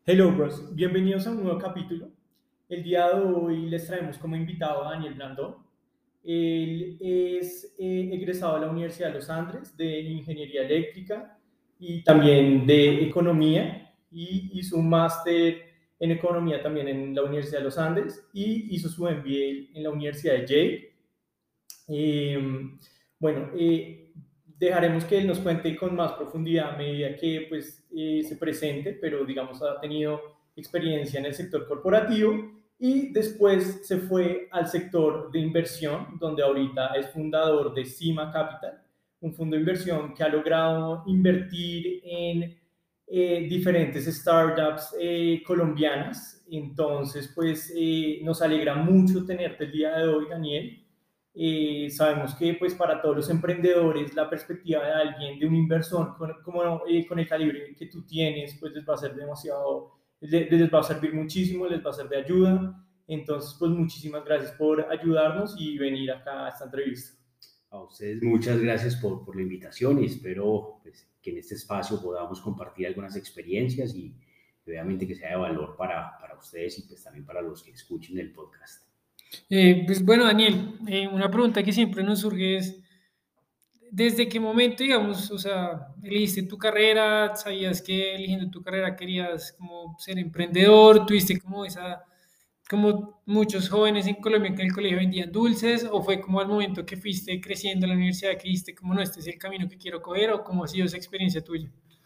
Hello, bros. Bienvenidos a un nuevo capítulo. El día de hoy les traemos como invitado a Daniel Blandón. Él es egresado de la Universidad de los Andes de Ingeniería Eléctrica y también de Economía y hizo un máster en Economía también en la Universidad de los Andes y hizo su MBA en la Universidad de Yale. Eh, bueno, dejaremos que él nos cuente con más profundidad a medida que pues, se presente, pero digamos ha tenido experiencia en el sector corporativo y después se fue al sector de inversión, donde ahorita es fundador de Cima Capital, un fondo de inversión que ha logrado invertir en diferentes startups colombianas. Entonces, pues nos alegra mucho tenerte el día de hoy, Daniel. Sabemos que pues para todos los emprendedores la perspectiva de alguien, de un inversor con el calibre que tú tienes, pues les va a ser demasiado, les va a servir muchísimo, les va a ser de ayuda. Entonces, pues muchísimas gracias por ayudarnos y venir acá a esta entrevista. A ustedes muchas gracias por la invitación y espero pues, que en este espacio podamos compartir algunas experiencias y obviamente que sea de valor para ustedes y pues también para los que escuchen el podcast. Pues bueno, Daniel, una pregunta que siempre nos surge es, ¿desde qué momento, digamos, o sea, elegiste tu carrera, sabías que eligiendo tu carrera querías como ser emprendedor, tuviste como esa, como muchos jóvenes en Colombia que en el colegio vendían dulces, o fue como al momento que fuiste creciendo en la universidad que dijiste como no, este es el camino que quiero coger, o cómo ha sido esa experiencia tuya?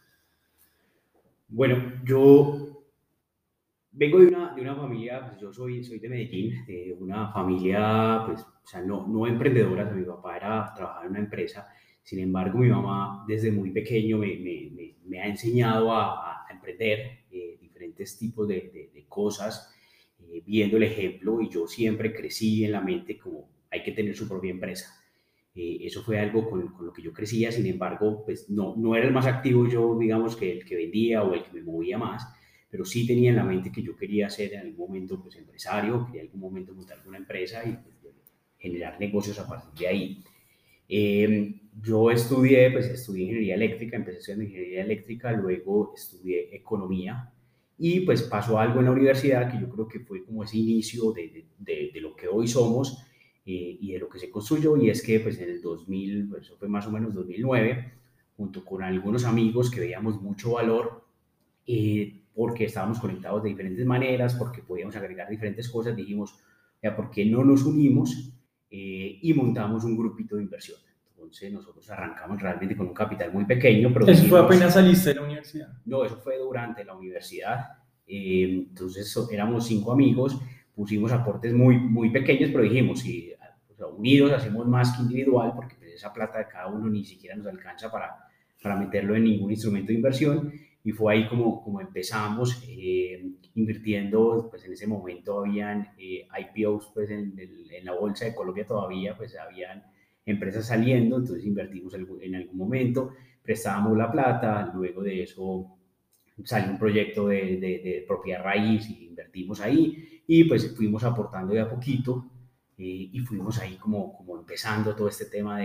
Bueno, yo vengo de una familia, pues yo soy de Medellín, de una familia, pues, o sea, no emprendedora. Mi papá trabajaba en una empresa. Sin embargo, mi mamá desde muy pequeño me ha enseñado a emprender diferentes tipos de cosas, viendo el ejemplo, y yo siempre crecí en la mente como hay que tener su propia empresa. Eso fue algo con lo que yo crecía. Sin embargo, pues no era el más activo yo, digamos, que el que vendía o el que me movía más, pero sí tenía en la mente que yo quería ser en algún momento pues empresario, quería en algún momento montar una empresa y pues, generar negocios a partir de ahí. Yo estudié ingeniería eléctrica, empecé estudiando ingeniería eléctrica, luego estudié economía y pues pasó algo en la universidad que yo creo que fue como ese inicio de lo que hoy somos y de lo que se construyó, y es que pues en el 2000, pues, eso fue más o menos 2009, junto con algunos amigos que veíamos mucho valor porque estábamos conectados de diferentes maneras, porque podíamos agregar diferentes cosas, dijimos, ya, ¿por qué no nos unimos y montamos un grupito de inversión? Entonces nosotros arrancamos realmente con un capital muy pequeño, pero Eso fue dijimos, apenas saliste de la universidad. no, eso fue durante la universidad. Entonces éramos 5 amigos, pusimos aportes muy pequeños, pero dijimos, si o sea, unidos hacemos más que individual, porque pues, esa plata de cada uno ni siquiera nos alcanza para meterlo en ningún instrumento de inversión. Y fue ahí como empezamos invirtiendo. Pues en ese momento habían IPOs pues, en la bolsa de Colombia todavía, pues habían empresas saliendo, entonces invertimos en algún momento, prestábamos la plata, luego de eso salió un proyecto de propiedad raíz y invertimos ahí y pues fuimos aportando de a poquito y fuimos ahí como empezando todo este tema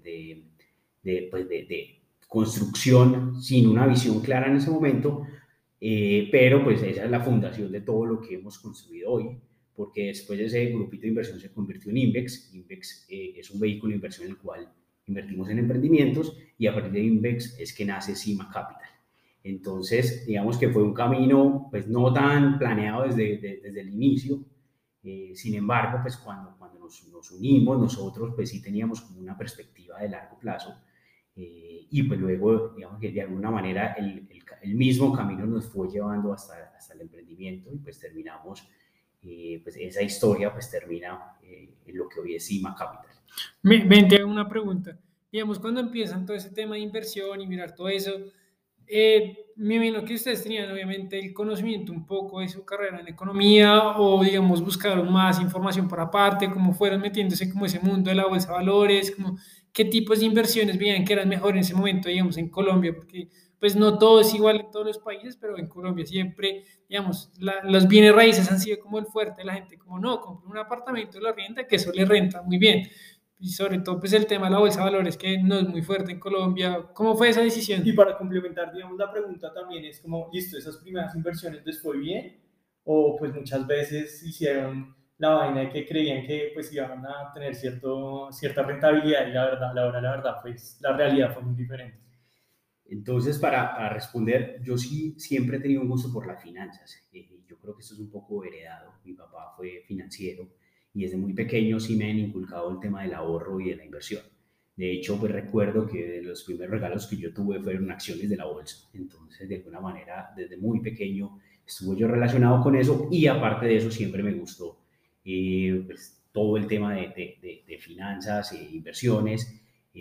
de construcción sin una visión clara en ese momento, pero pues esa es la fundación de todo lo que hemos construido hoy, porque después de ese grupito de inversión se convirtió en Invex. Invex es un vehículo de inversión en el cual invertimos en emprendimientos, y a partir de Invex es que nace Cima Capital. Entonces, digamos que fue un camino pues no tan planeado desde el inicio. Sin embargo, pues cuando nos unimos, nosotros pues sí teníamos como una perspectiva de largo plazo, y pues luego, digamos que de alguna manera el mismo camino nos fue llevando hasta el emprendimiento, y pues terminamos, pues esa historia pues termina en lo que hoy es Cima Capital. Ven, te hago una pregunta. Digamos, cuando empiezan todo ese tema de inversión y mirar todo eso, me imagino que ustedes tenían obviamente el conocimiento un poco de su carrera en economía o, digamos, buscaron más información por aparte, cómo fueron metiéndose como ese mundo de la bolsa de valores, como qué tipos de inversiones veían que eran mejor en ese momento, digamos, en Colombia, porque pues no todo es igual en todos los países, pero en Colombia siempre, digamos, los bienes raíces han sido como el fuerte de la gente, como no, compré un apartamento, lo renta, que eso le renta muy bien. y sobre todo pues el tema de la bolsa de valores que no es muy fuerte en Colombia. ¿Cómo fue esa decisión? Y para complementar, digamos, la pregunta también es como, listo, esas primeras inversiones les fue bien, o pues muchas veces hicieron la vaina de que creían que pues iban a tener cierta rentabilidad y la verdad, pues la realidad fue muy diferente. Entonces, para responder, yo sí siempre he tenido un gusto por las finanzas. Yo creo que esto es un poco heredado. Mi papá fue financiero y desde muy pequeño sí me han inculcado el tema del ahorro y de la inversión. De hecho, pues recuerdo que de los primeros regalos que yo tuve fueron acciones de la bolsa. Entonces, de alguna manera, desde muy pequeño estuve yo relacionado con eso y aparte de eso siempre me gustó pues, todo el tema de finanzas e inversiones.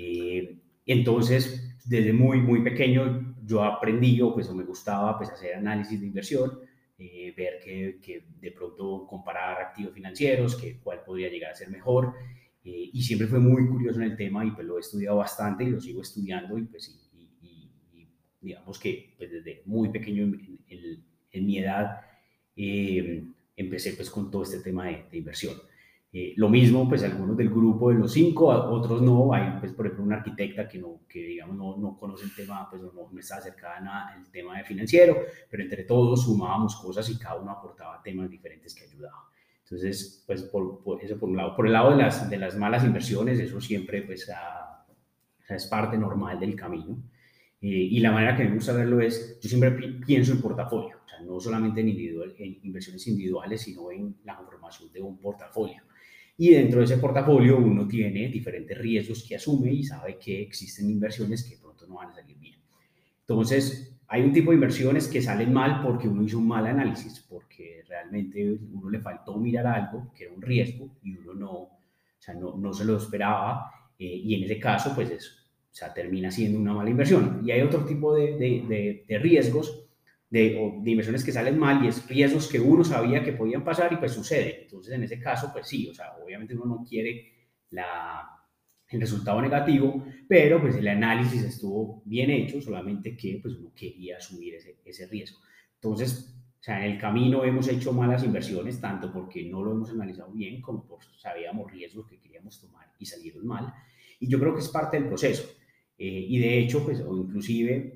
Entonces, desde muy pequeño yo aprendí o me gustaba pues hacer análisis de inversión, ver que de pronto comparar activos financieros, que cuál podría llegar a ser mejor, y siempre fue muy curioso en el tema y pues lo he estudiado bastante y lo sigo estudiando y pues y digamos que pues desde muy pequeño en mi edad empecé pues con todo este tema de inversión. Lo mismo, pues algunos del grupo de los 5, otros no. Hay, pues, por ejemplo, una arquitecta que digamos, no conoce el tema, pues no está acercada al tema de financiero, pero entre todos sumábamos cosas y cada uno aportaba temas diferentes que ayudaban. Entonces, pues por eso por un lado. Por el lado de las malas inversiones, eso siempre pues es parte normal del camino. Y la manera que me gusta verlo es, yo siempre pienso en portafolio, o sea, no solamente en inversiones individuales, sino en la conformación de un portafolio. Y dentro de ese portafolio uno tiene diferentes riesgos que asume y sabe que existen inversiones que pronto no van a salir bien. Entonces, hay un tipo de inversiones que salen mal porque uno hizo un mal análisis, porque realmente uno le faltó mirar algo que era un riesgo y uno no se lo esperaba, y en ese caso, pues eso, o sea, termina siendo una mala inversión. Y hay otro tipo de riesgos de inversiones que salen mal y es riesgos que uno sabía que podían pasar y pues sucede. Entonces, en ese caso, pues sí, o sea, obviamente uno no quiere el resultado negativo, pero pues el análisis estuvo bien hecho, solamente que pues uno quería asumir ese riesgo. Entonces, o sea, en el camino hemos hecho malas inversiones, tanto porque no lo hemos analizado bien, como porque sabíamos riesgos que queríamos tomar y salieron mal. Y yo creo que es parte del proceso. Y de hecho, pues, o inclusive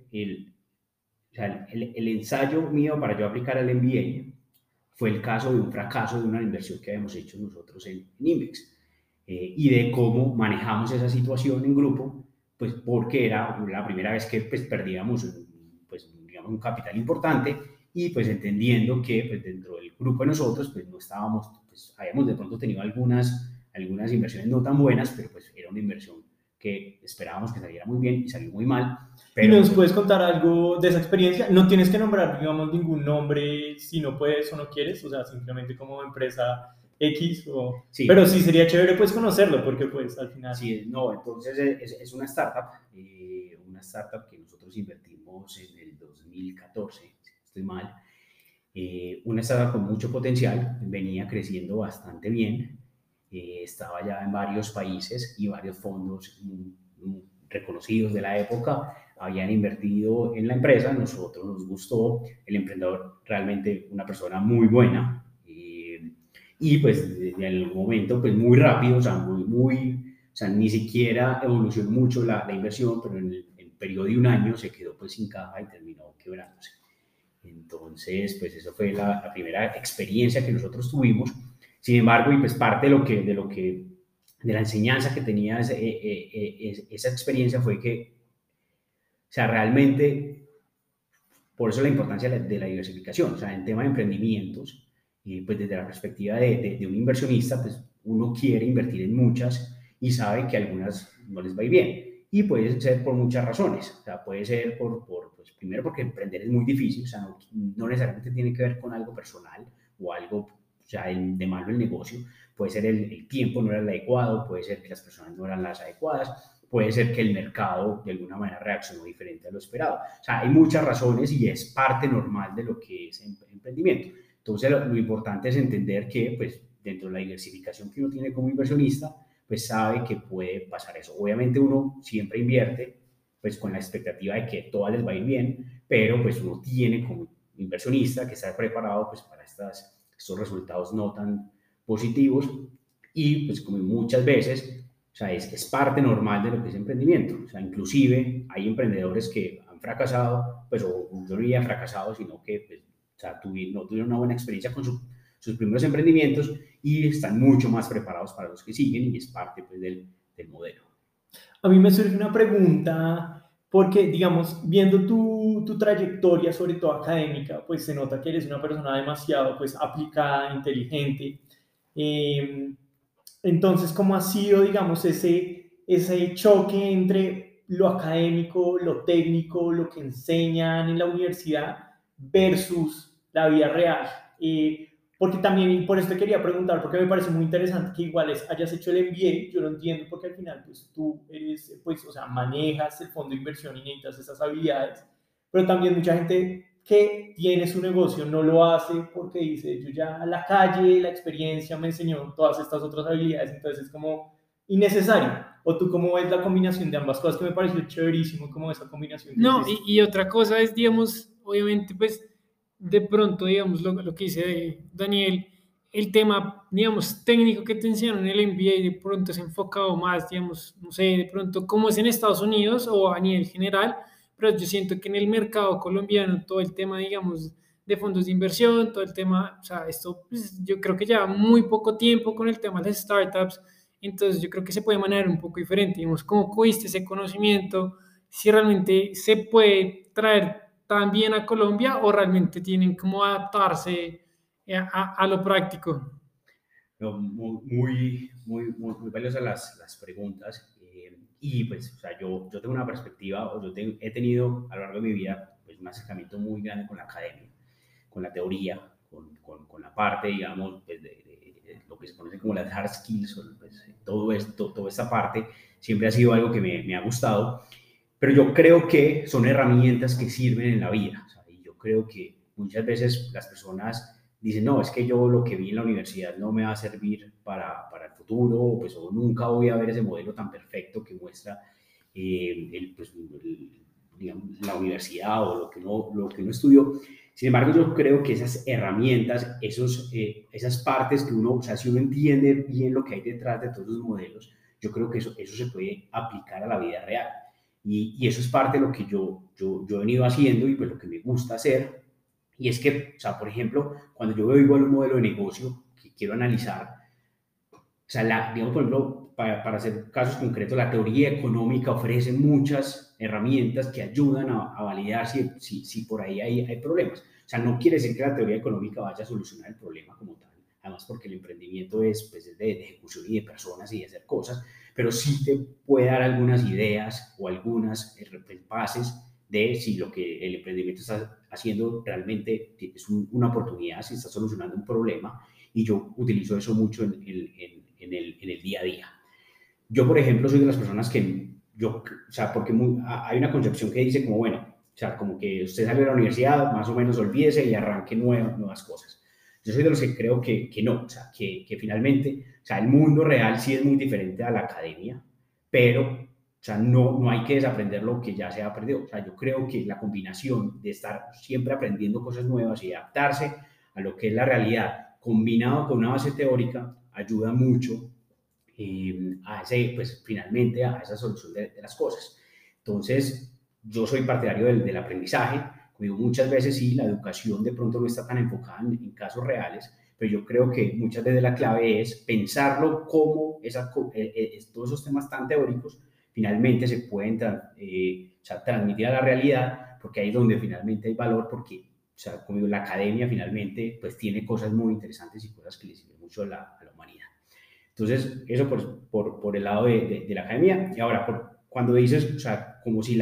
el ensayo mío para yo aplicar al MBA fue el caso de un fracaso de una inversión que habíamos hecho nosotros en Invex, y de cómo manejamos esa situación en grupo, pues porque era la primera vez que pues, perdíamos pues, digamos, un capital importante y pues entendiendo que pues, dentro del grupo de nosotros pues no estábamos, pues habíamos de pronto tenido algunas inversiones no tan buenas, pero pues era una inversión que esperábamos que saliera muy bien y salió muy mal. Pero, ¿y nos puedes contar algo de esa experiencia? No tienes que nombrar, digamos, ningún nombre si no puedes o no quieres, o sea, simplemente como empresa X, sí. Pero sí sería chévere pues conocerlo, porque pues al final... Sí, no, entonces es una startup que nosotros invertimos en el 2014, si no estoy mal. Una startup con mucho potencial, venía creciendo bastante bien, estaba ya en varios países y varios fondos reconocidos de la época habían invertido en la empresa. Nosotros nos gustó, el emprendedor realmente una persona muy buena, y pues desde el momento pues muy rápido, o sea, ni siquiera evolucionó mucho la inversión, pero en el periodo de un año se quedó pues sin caja y terminó quebrándose. Entonces, pues eso fue la primera experiencia que nosotros tuvimos. Sin embargo, y pues parte de la enseñanza que tenía esa experiencia fue que, o sea, realmente, por eso la importancia de la diversificación, o sea, en tema de emprendimientos, pues desde la perspectiva de un inversionista, pues uno quiere invertir en muchas y sabe que algunas no les va a ir bien. Y puede ser por muchas razones. O sea, puede ser pues, primero porque emprender es muy difícil, o sea, no necesariamente tiene que ver con algo personal o algo, o sea, de malo el negocio. Puede ser el tiempo no era el adecuado, puede ser que las personas no eran las adecuadas, puede ser que el mercado de alguna manera reaccionó diferente a lo esperado. O sea, hay muchas razones y es parte normal de lo que es emprendimiento. Entonces, lo importante es entender que, pues, dentro de la diversificación que uno tiene como inversionista, pues sabe que puede pasar eso. Obviamente uno siempre invierte pues con la expectativa de que todo les va a ir bien, pero pues uno tiene como inversionista que estar preparado pues para estos resultados no tan positivos y pues como muchas veces, o O sea, es parte normal de lo que es emprendimiento. O sea, inclusive hay emprendedores que han fracasado, pues, o yo no diría fracasado, sino que pues, o sea, no tuvieron una buena experiencia con sus primeros emprendimientos y están mucho más preparados para los que siguen y es parte pues, del modelo. A mí me surge una pregunta, porque, digamos, viendo tu trayectoria, sobre todo académica, pues se nota que eres una persona demasiado, pues, aplicada, inteligente. Eh, entonces, ¿cómo ha sido, digamos, ese choque entre lo académico, lo técnico, lo que enseñan en la universidad versus la vida real? Porque también, y por eso te quería preguntar, porque me parece muy interesante que igual hayas hecho el MBA, yo lo entiendo porque al final pues tú eres, pues, o sea, manejas el fondo de inversión y necesitas esas habilidades, pero también mucha gente que tiene su negocio no lo hace porque dice, yo ya la calle, la experiencia me enseñó todas estas otras habilidades, entonces es como innecesario. ¿O tú cómo ves la combinación de ambas cosas? Que me pareció chéverísimo como esa combinación que No, hiciste. y otra cosa es, digamos, obviamente, pues, de pronto, digamos, lo que dice Daniel, el tema, digamos, técnico que te enseñaron en el MBA, de pronto es enfocado más, digamos, no sé, de pronto cómo es en Estados Unidos o a nivel general, pero yo siento que en el mercado colombiano todo el tema, digamos, de fondos de inversión, todo el tema, o sea, esto, pues, yo creo que lleva muy poco tiempo con el tema de las startups, entonces yo creo que se puede manejar un poco diferente, digamos, cómo cogiste ese conocimiento, si realmente se puede traer también a Colombia o realmente tienen como adaptarse a lo práctico. No, muy valiosas las preguntas. Y pues, o sea, yo tengo una perspectiva, o he tenido a lo largo de mi vida pues, un acercamiento muy grande con la academia, con la teoría, con la parte, digamos, pues, de lo que se conoce como las hard skills, pues, todo esto, toda esta parte, siempre ha sido algo que me ha gustado, pero yo creo que son herramientas que sirven en la vida. O sea, y yo creo que muchas veces las personas dicen, no, es que yo lo que vi en la universidad no me va a servir para el futuro, o pues o nunca voy a ver ese modelo tan perfecto que muestra digamos, la universidad o lo que uno estudió. Sin embargo, yo creo que esas herramientas, esas partes que uno, o sea, si uno entiende bien lo que hay detrás de todos los modelos, yo creo que eso se puede aplicar a la vida real. Y eso es parte de lo que yo he venido haciendo y pues lo que me gusta hacer. Y es que, o sea, por ejemplo, cuando yo veo igual un modelo de negocio que quiero analizar, o sea, digamos, por ejemplo, para hacer casos concretos, la teoría económica ofrece muchas herramientas que ayudan a validar si por ahí hay problemas. O sea, no quiere decir que la teoría económica vaya a solucionar el problema como tal, además porque el emprendimiento pues, es de ejecución y de personas y de hacer cosas, pero sí te puede dar algunas ideas o algunas bases de si lo que el emprendimiento está haciendo realmente es una oportunidad, si está solucionando un problema, y yo utilizo eso mucho en el día a día. Yo, por ejemplo, soy de las personas que o sea, porque hay una concepción que dice como, bueno, o sea, como que usted salió de la universidad, más o menos olvídese y arranque nuevas cosas. Yo soy de los que creo que no, o sea, que finalmente, o sea, el mundo real sí es muy diferente a la academia, pero, o sea, no hay que desaprender lo que ya se ha aprendido. O sea, yo creo que la combinación de estar siempre aprendiendo cosas nuevas y adaptarse a lo que es la realidad, combinado con una base teórica, ayuda mucho pues finalmente a esa solución de las cosas. Entonces, yo soy partidario del aprendizaje. Como digo, muchas veces sí, la educación de pronto no está tan enfocada en casos reales, pero yo creo que muchas veces la clave es pensarlo como todos esos temas tan teóricos finalmente se pueden o sea, transmitir a la realidad, porque ahí es donde finalmente hay valor, porque o sea, como digo, la academia finalmente pues tiene cosas muy interesantes y cosas que le sirven mucho a la humanidad. Entonces, eso por el lado de la academia. Y ahora, cuando dices, o sea, como si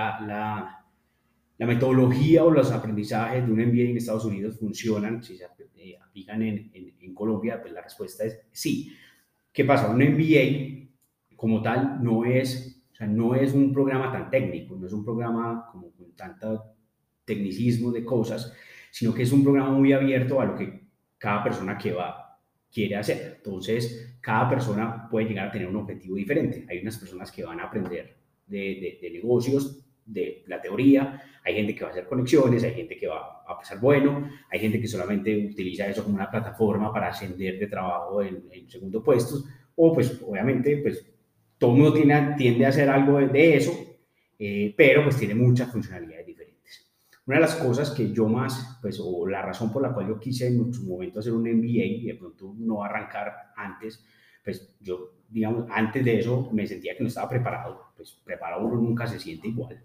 la metodología o los aprendizajes de un MBA en Estados Unidos funcionan, si se aplican en Colombia, pues la respuesta es sí. ¿Qué pasa? Un MBA como tal o sea, no es un programa tan técnico, no es un programa como con tanto tecnicismo de cosas, sino que es un programa muy abierto a lo que cada persona que va quiere hacer. Entonces, cada persona puede llegar a tener un objetivo diferente. Hay unas personas que van a aprender de negocios, de la teoría, hay gente que va a hacer conexiones, hay gente que va a pasar bueno, hay gente que solamente utiliza eso como una plataforma para ascender de trabajo en segundo puesto, o pues obviamente pues todo el mundo tiende a hacer algo de eso, pero pues tiene muchas funcionalidades diferentes. Una de las cosas que yo más, pues, o la razón por la cual yo quise en su momento hacer un MBA y de pronto no arrancar antes, pues yo, digamos, antes de eso me sentía que no estaba preparado, pues preparado uno nunca se siente igual.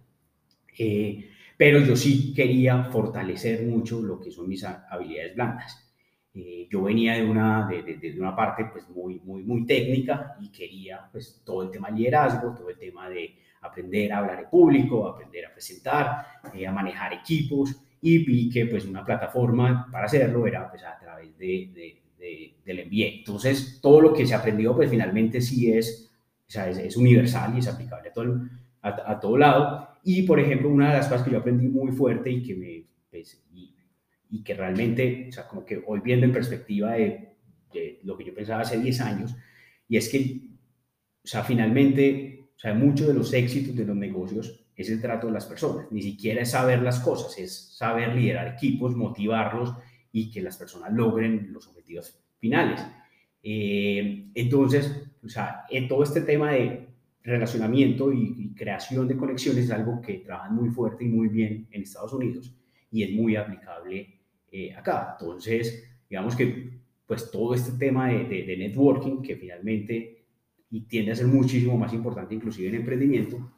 Pero yo sí quería fortalecer mucho lo que son mis habilidades blandas. Yo venía de una parte pues muy técnica y quería pues todo el tema de liderazgo, todo el tema de aprender a hablar en público, aprender a presentar, a manejar equipos, y vi que pues una plataforma para hacerlo era pues a través del MBA. Entonces todo lo que se aprendió pues finalmente sí es universal y es aplicable a todo lado. Y por ejemplo, una de las cosas que yo aprendí muy fuerte y que pues, y que realmente, o sea, como que hoy viendo en perspectiva de lo que yo pensaba hace 10 años, y es que, o sea, finalmente, o sea, muchos de los éxitos de los negocios es el trato de las personas, ni siquiera es saber las cosas, es saber liderar equipos, motivarlos y que las personas logren los objetivos finales. Entonces, o sea, todo este tema de relacionamiento y creación de conexiones es algo que trabajan muy fuerte y muy bien en Estados Unidos y es muy aplicable acá. Entonces, digamos que pues todo este tema de networking que finalmente y tiende a ser muchísimo más importante inclusive en emprendimiento,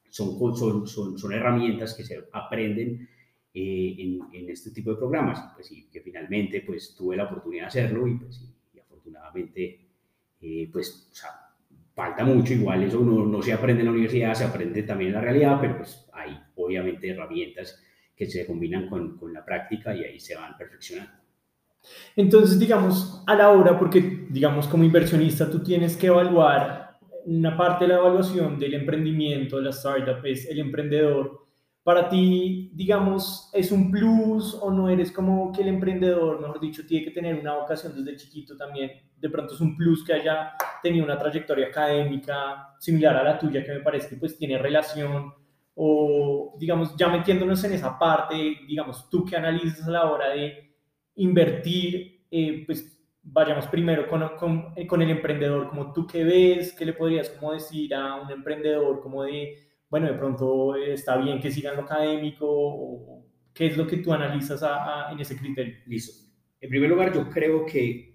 son herramientas que se aprenden en este tipo de programas. Pues sí, que finalmente pues tuve la oportunidad de hacerlo y pues y afortunadamente pues o sea, falta mucho, igual eso no se aprende en la universidad, se aprende también en la realidad, pero pues hay obviamente herramientas que se combinan con la práctica y ahí se van perfeccionando. Entonces, digamos, a la hora, porque, digamos, como inversionista, tú tienes que evaluar una parte de la evaluación del emprendimiento, de la startup, es el emprendedor. Para ti, digamos, ¿es un plus o no eres como que el emprendedor, mejor dicho, tiene que tener una vocación desde chiquito también? De pronto es un plus que haya tenido una trayectoria académica similar a la tuya, que me parece que pues tiene relación, o digamos, ya metiéndonos en esa parte, digamos, tú que analizas a la hora de invertir, pues vayamos primero con el emprendedor, como tú qué ves, qué le podrías como decir a un emprendedor, como de, bueno, de pronto está bien que sigan lo académico, o qué es lo que tú analizas en ese criterio. Listo. En primer lugar, yo creo que,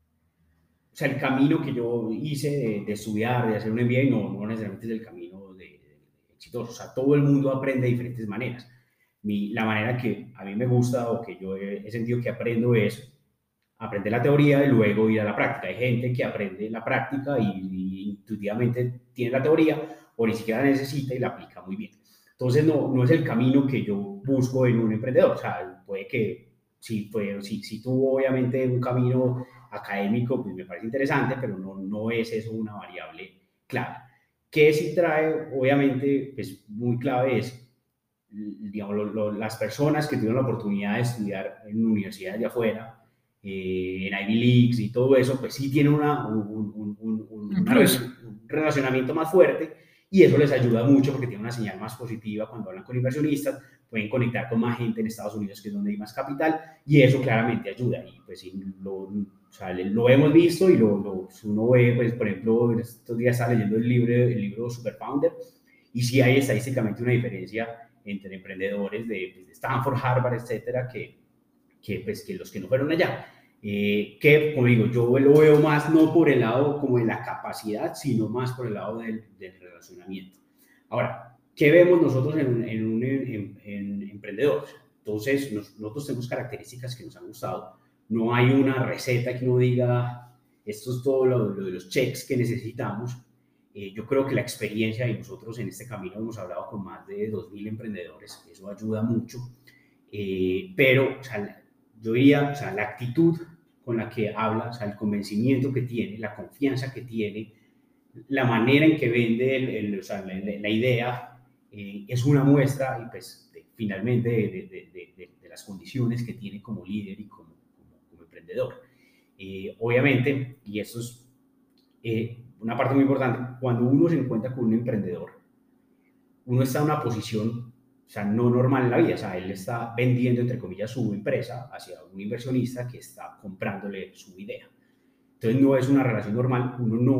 o sea, el camino que yo hice de estudiar, de hacer un MBA, no necesariamente es el camino de exitoso. O sea, todo el mundo aprende de diferentes maneras. La manera que a mí me gusta o que yo he sentido que aprendo es aprender la teoría y luego ir a la práctica. Hay gente que aprende la práctica y intuitivamente tiene la teoría o ni siquiera la necesita y la aplica muy bien. Entonces, no es el camino que yo busco en un emprendedor. O sea, puede que si tuvo obviamente un camino académico, pues me parece interesante, pero no es eso una variable clave. ¿Qué sí trae, obviamente, pues muy clave es digamos, las personas que tuvieron la oportunidad de estudiar en universidades de afuera, en Ivy Leagues y todo eso, pues sí tienen un relacionamiento más fuerte y eso les ayuda mucho porque tiene una señal más positiva cuando hablan con inversionistas, pueden conectar con más gente en Estados Unidos, que es donde hay más capital, y eso claramente ayuda. Y pues sí, o sea, lo hemos visto y uno ve, pues por ejemplo, estos días estaba leyendo el libro Super Founder, y sí hay estadísticamente una diferencia entre emprendedores de Stanford, Harvard, etcétera, que los que no fueron allá. Que, como digo, yo lo veo más no por el lado como de la capacidad, sino más por el lado del relacionamiento. Ahora, ¿qué vemos nosotros en un emprendedor? Entonces, nosotros tenemos características que nos han gustado. No hay una receta que uno diga, esto es todo lo de los checks que necesitamos. Yo creo que la experiencia, y nosotros en este camino hemos hablado con más de 2.000 emprendedores, eso ayuda mucho, pero o sea, yo diría, o sea, la actitud con la que habla, o sea, el convencimiento que tiene, la confianza que tiene, la manera en que vende o sea, la idea, es una muestra, y pues finalmente de las condiciones que tiene como líder y como emprendedor. Obviamente, y esto es una parte muy importante, cuando uno se encuentra con un emprendedor, uno está en una posición, o sea, no normal en la vida. O sea, él está vendiendo, entre comillas, su empresa hacia un inversionista que está comprándole su idea. Entonces, no es una relación normal. Uno no,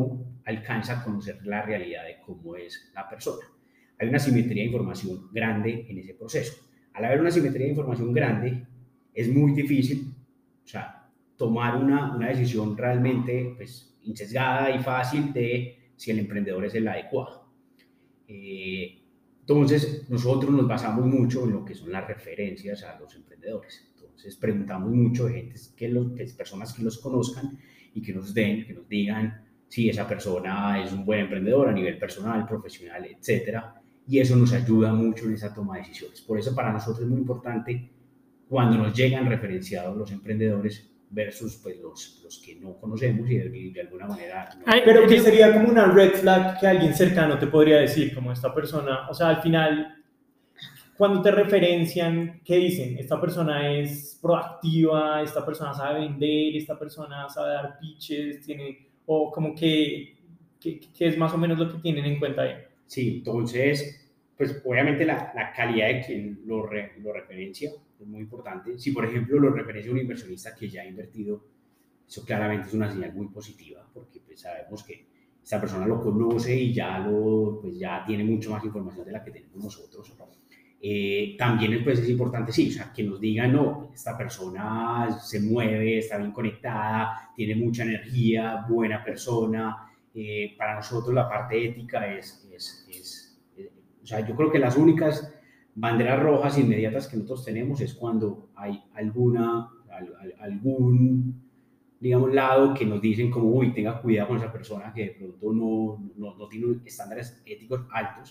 alcanza a conocer la realidad de cómo es la persona. Hay una simetría de información grande en ese proceso. Al haber una simetría de información grande, es muy difícil, o sea, tomar una decisión realmente pues, insesgada y fácil de si el emprendedor es el adecuado. Entonces, nosotros nos basamos mucho en lo que son las referencias a los emprendedores. Entonces, preguntamos mucho de gente, personas que los conozcan y que nos digan si esa persona es un buen emprendedor a nivel personal, profesional, etcétera. Y eso nos ayuda mucho en esa toma de decisiones. Por eso para nosotros es muy importante cuando nos llegan referenciados los emprendedores versus pues, los que no conocemos y de alguna manera... No. Pero que sería como una red flag que alguien cercano te podría decir, como esta persona, o sea, al final, cuando te referencian, ¿qué dicen? Esta persona es proactiva, esta persona sabe vender, esta persona sabe dar pitches, o como que es más o menos lo que tienen en cuenta ahí. Sí, entonces, pues obviamente la calidad de quien lo referencia es muy importante. Si, por ejemplo, lo referencia un inversionista que ya ha invertido, eso claramente es una señal muy positiva, porque pues, sabemos que esa persona lo conoce y pues, ya tiene mucho más información de la que tenemos nosotros. También pues, es importante, sí, o sea, que nos digan, no, esta persona se mueve, está bien conectada, tiene mucha energía, buena persona. Para nosotros la parte ética o sea, yo creo que las únicas banderas rojas inmediatas que nosotros tenemos es cuando hay algún, digamos, lado que nos dicen como, uy, tenga cuidado con esa persona que de pronto no tiene estándares éticos altos.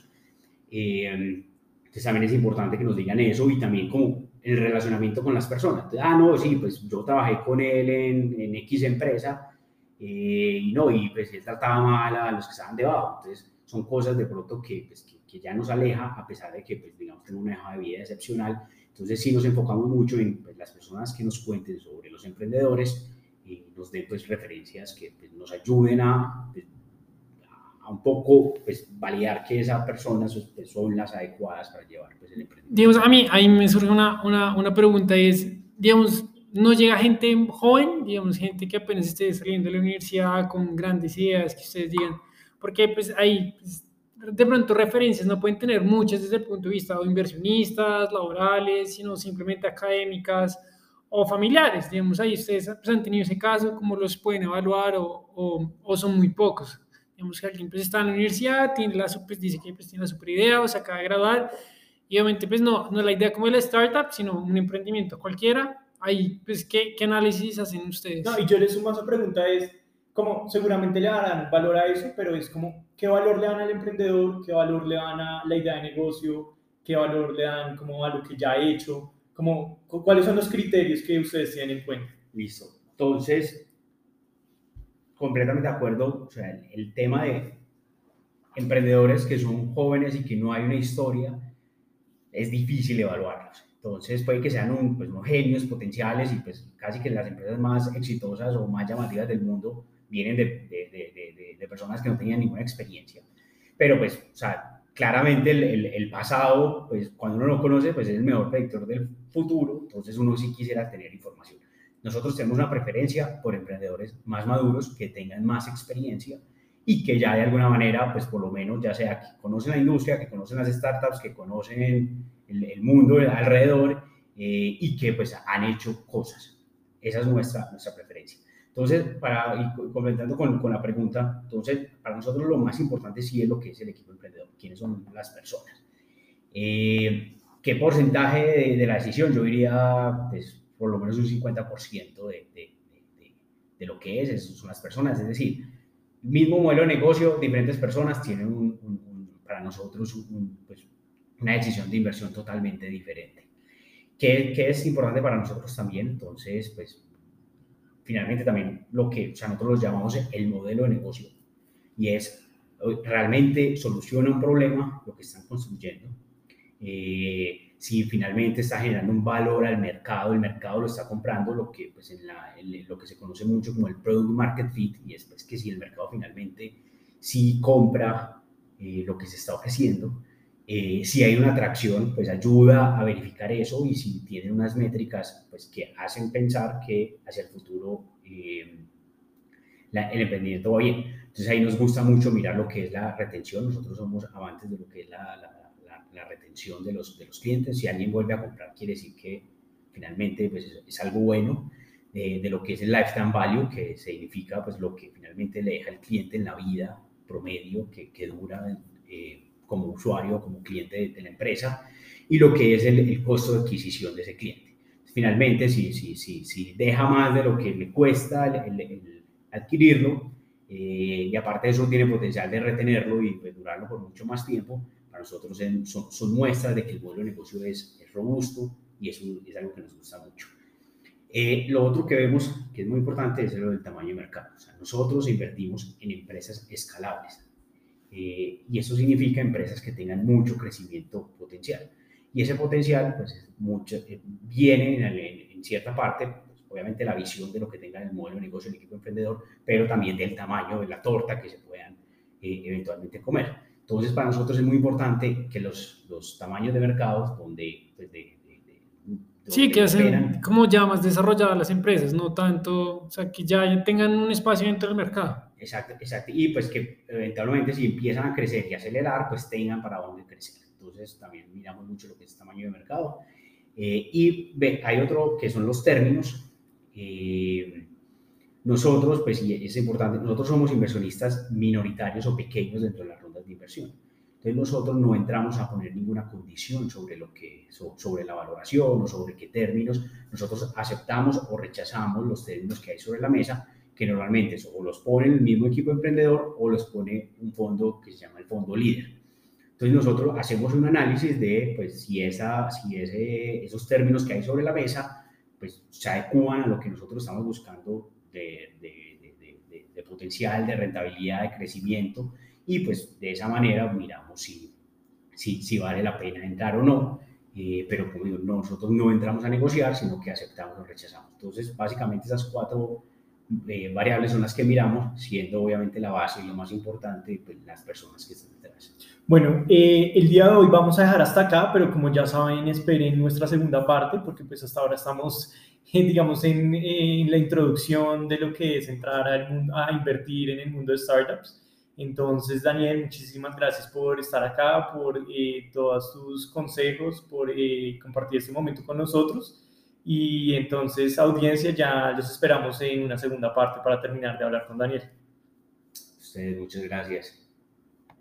Entonces también es importante que nos digan eso y también como el relacionamiento con las personas. Entonces, no, sí, pues yo trabajé con él en X empresa y pues él trataba mal a los que estaban debajo. Entonces son cosas de pronto que ya nos aleja, a pesar de que, pues, digamos, tenemos una hoja de vida excepcional. Entonces sí nos enfocamos mucho en pues, las personas que nos cuenten sobre los emprendedores y nos den pues referencias que pues, nos ayuden a un poco pues, validar que esas personas pues, son las adecuadas para llevar pues, el emprendimiento. Digamos, a mí me surge una pregunta, es, digamos, ¿no llega gente joven, digamos, gente que apenas esté saliendo de la universidad con grandes ideas que ustedes digan? Porque pues hay, pues, de pronto referencias no pueden tener muchas desde el punto de vista de inversionistas, laborales, sino simplemente académicas o familiares. Digamos, ahí ustedes pues, han tenido ese caso, ¿cómo los pueden evaluar o son muy pocos? Digamos que alguien pues, está en la universidad, pues, dice que pues, tiene la super idea o se acaba de graduar y obviamente pues no es la idea como de la startup, sino un emprendimiento cualquiera. Ahí pues, ¿qué análisis hacen ustedes? No, y yo le sumo a esa pregunta es, como seguramente le darán valor a eso, pero es como, ¿qué valor le dan al emprendedor? ¿Qué valor le dan a la idea de negocio? ¿Qué valor le dan como a lo que ya ha hecho? Como, ¿cuáles son los criterios que ustedes tienen en cuenta? Listo. Entonces, completamente de acuerdo. O sea, el tema de emprendedores que son jóvenes y que no hay una historia, es difícil evaluarlos. Entonces, puede que sean unos genios potenciales y pues casi que las empresas más exitosas o más llamativas del mundo vienen de personas que no tenían ninguna experiencia. Pero pues, o sea, claramente el pasado, pues cuando uno lo conoce, pues es el mejor predictor del futuro, entonces uno sí quisiera tener información. Nosotros tenemos una preferencia por emprendedores más maduros que tengan más experiencia y que ya de alguna manera, pues por lo menos, ya sea que conocen la industria, que conocen las startups, que conocen el mundo alrededor y que pues han hecho cosas. Esa es nuestra preferencia. Entonces, complementando con la pregunta, entonces, para nosotros lo más importante sí es lo que es el equipo emprendedor, quiénes son las personas. ¿Qué porcentaje de la decisión? Yo diría, pues, por lo menos un 50% de lo que son las personas, es decir, mismo modelo de negocio, diferentes personas tienen para nosotros pues, una decisión de inversión totalmente diferente. ¿Qué es importante para nosotros también? Entonces, pues, finalmente también o sea, nosotros lo llamamos el modelo de negocio y es realmente soluciona un problema lo que están construyendo. Si finalmente está generando un valor al mercado, el mercado lo está comprando, lo que pues lo que se conoce mucho como el product market fit, y es pues, que si el mercado finalmente sí compra lo que se está ofreciendo, si hay una atracción, pues ayuda a verificar eso, y si tienen unas métricas pues, que hacen pensar que hacia el futuro el emprendimiento va bien. Entonces ahí nos gusta mucho mirar lo que es la retención. Nosotros somos amantes de lo que es la retención de los clientes. Si alguien vuelve a comprar, quiere decir que finalmente pues, es algo bueno. De lo que es el lifetime value, que significa pues, lo que finalmente le deja el cliente en la vida promedio que dura como usuario, como cliente de la empresa, y lo que es el costo de adquisición de ese cliente. Finalmente, si deja más de lo que le cuesta el adquirirlo, y aparte de eso tiene potencial de retenerlo y pues, durarlo por mucho más tiempo, para nosotros son muestras de que el modelo de negocio es robusto y eso es algo que nos gusta mucho. Lo otro que vemos que es muy importante es lo del tamaño de mercado. O sea, nosotros invertimos en empresas escalables y eso significa empresas que tengan mucho crecimiento potencial. Y ese potencial pues, viene en cierta parte, pues, obviamente la visión de lo que tenga el modelo de negocio del equipo emprendedor, pero también del tamaño de la torta que se puedan eventualmente comer. Entonces, para nosotros es muy importante que los tamaños de mercados donde pues, Sí, que hacen operan. como ya más desarrolladas las empresas, no tanto, o sea, que ya tengan un espacio dentro del mercado. Exacto, exacto. Y pues que eventualmente si empiezan a crecer y acelerar, pues tengan para dónde crecer. Entonces también miramos mucho lo que es tamaño de mercado. Hay otro que son los términos. Nosotros, pues y es importante, nosotros somos inversionistas minoritarios o pequeños dentro de las rondas de inversión. Entonces nosotros no entramos a poner ninguna condición sobre la valoración o sobre qué términos. Nosotros aceptamos o rechazamos los términos que hay sobre la mesa, que normalmente o los pone el mismo equipo emprendedor o los pone un fondo que se llama el fondo líder. Entonces nosotros hacemos un análisis de pues, si esos términos que hay sobre la mesa pues, se adecúan a lo que nosotros estamos buscando de potencial, de rentabilidad, de crecimiento, y pues de esa manera miramos si vale la pena entrar o no, pero como digo, nosotros no entramos a negociar, sino que aceptamos o rechazamos. Entonces, básicamente esas 4 variables son las que miramos, siendo obviamente la base y lo más importante, pues las personas que están detrás. Bueno, el día de hoy vamos a dejar hasta acá, pero como ya saben, esperen nuestra segunda parte, porque pues hasta ahora estamos, digamos, en la introducción de lo que es entrar a invertir en el mundo de startups. Entonces, Daniel, muchísimas gracias por estar acá, por todos tus consejos, por compartir este momento con nosotros. Y entonces, audiencia, ya los esperamos en una segunda parte para terminar de hablar con Daniel. Ustedes, muchas gracias.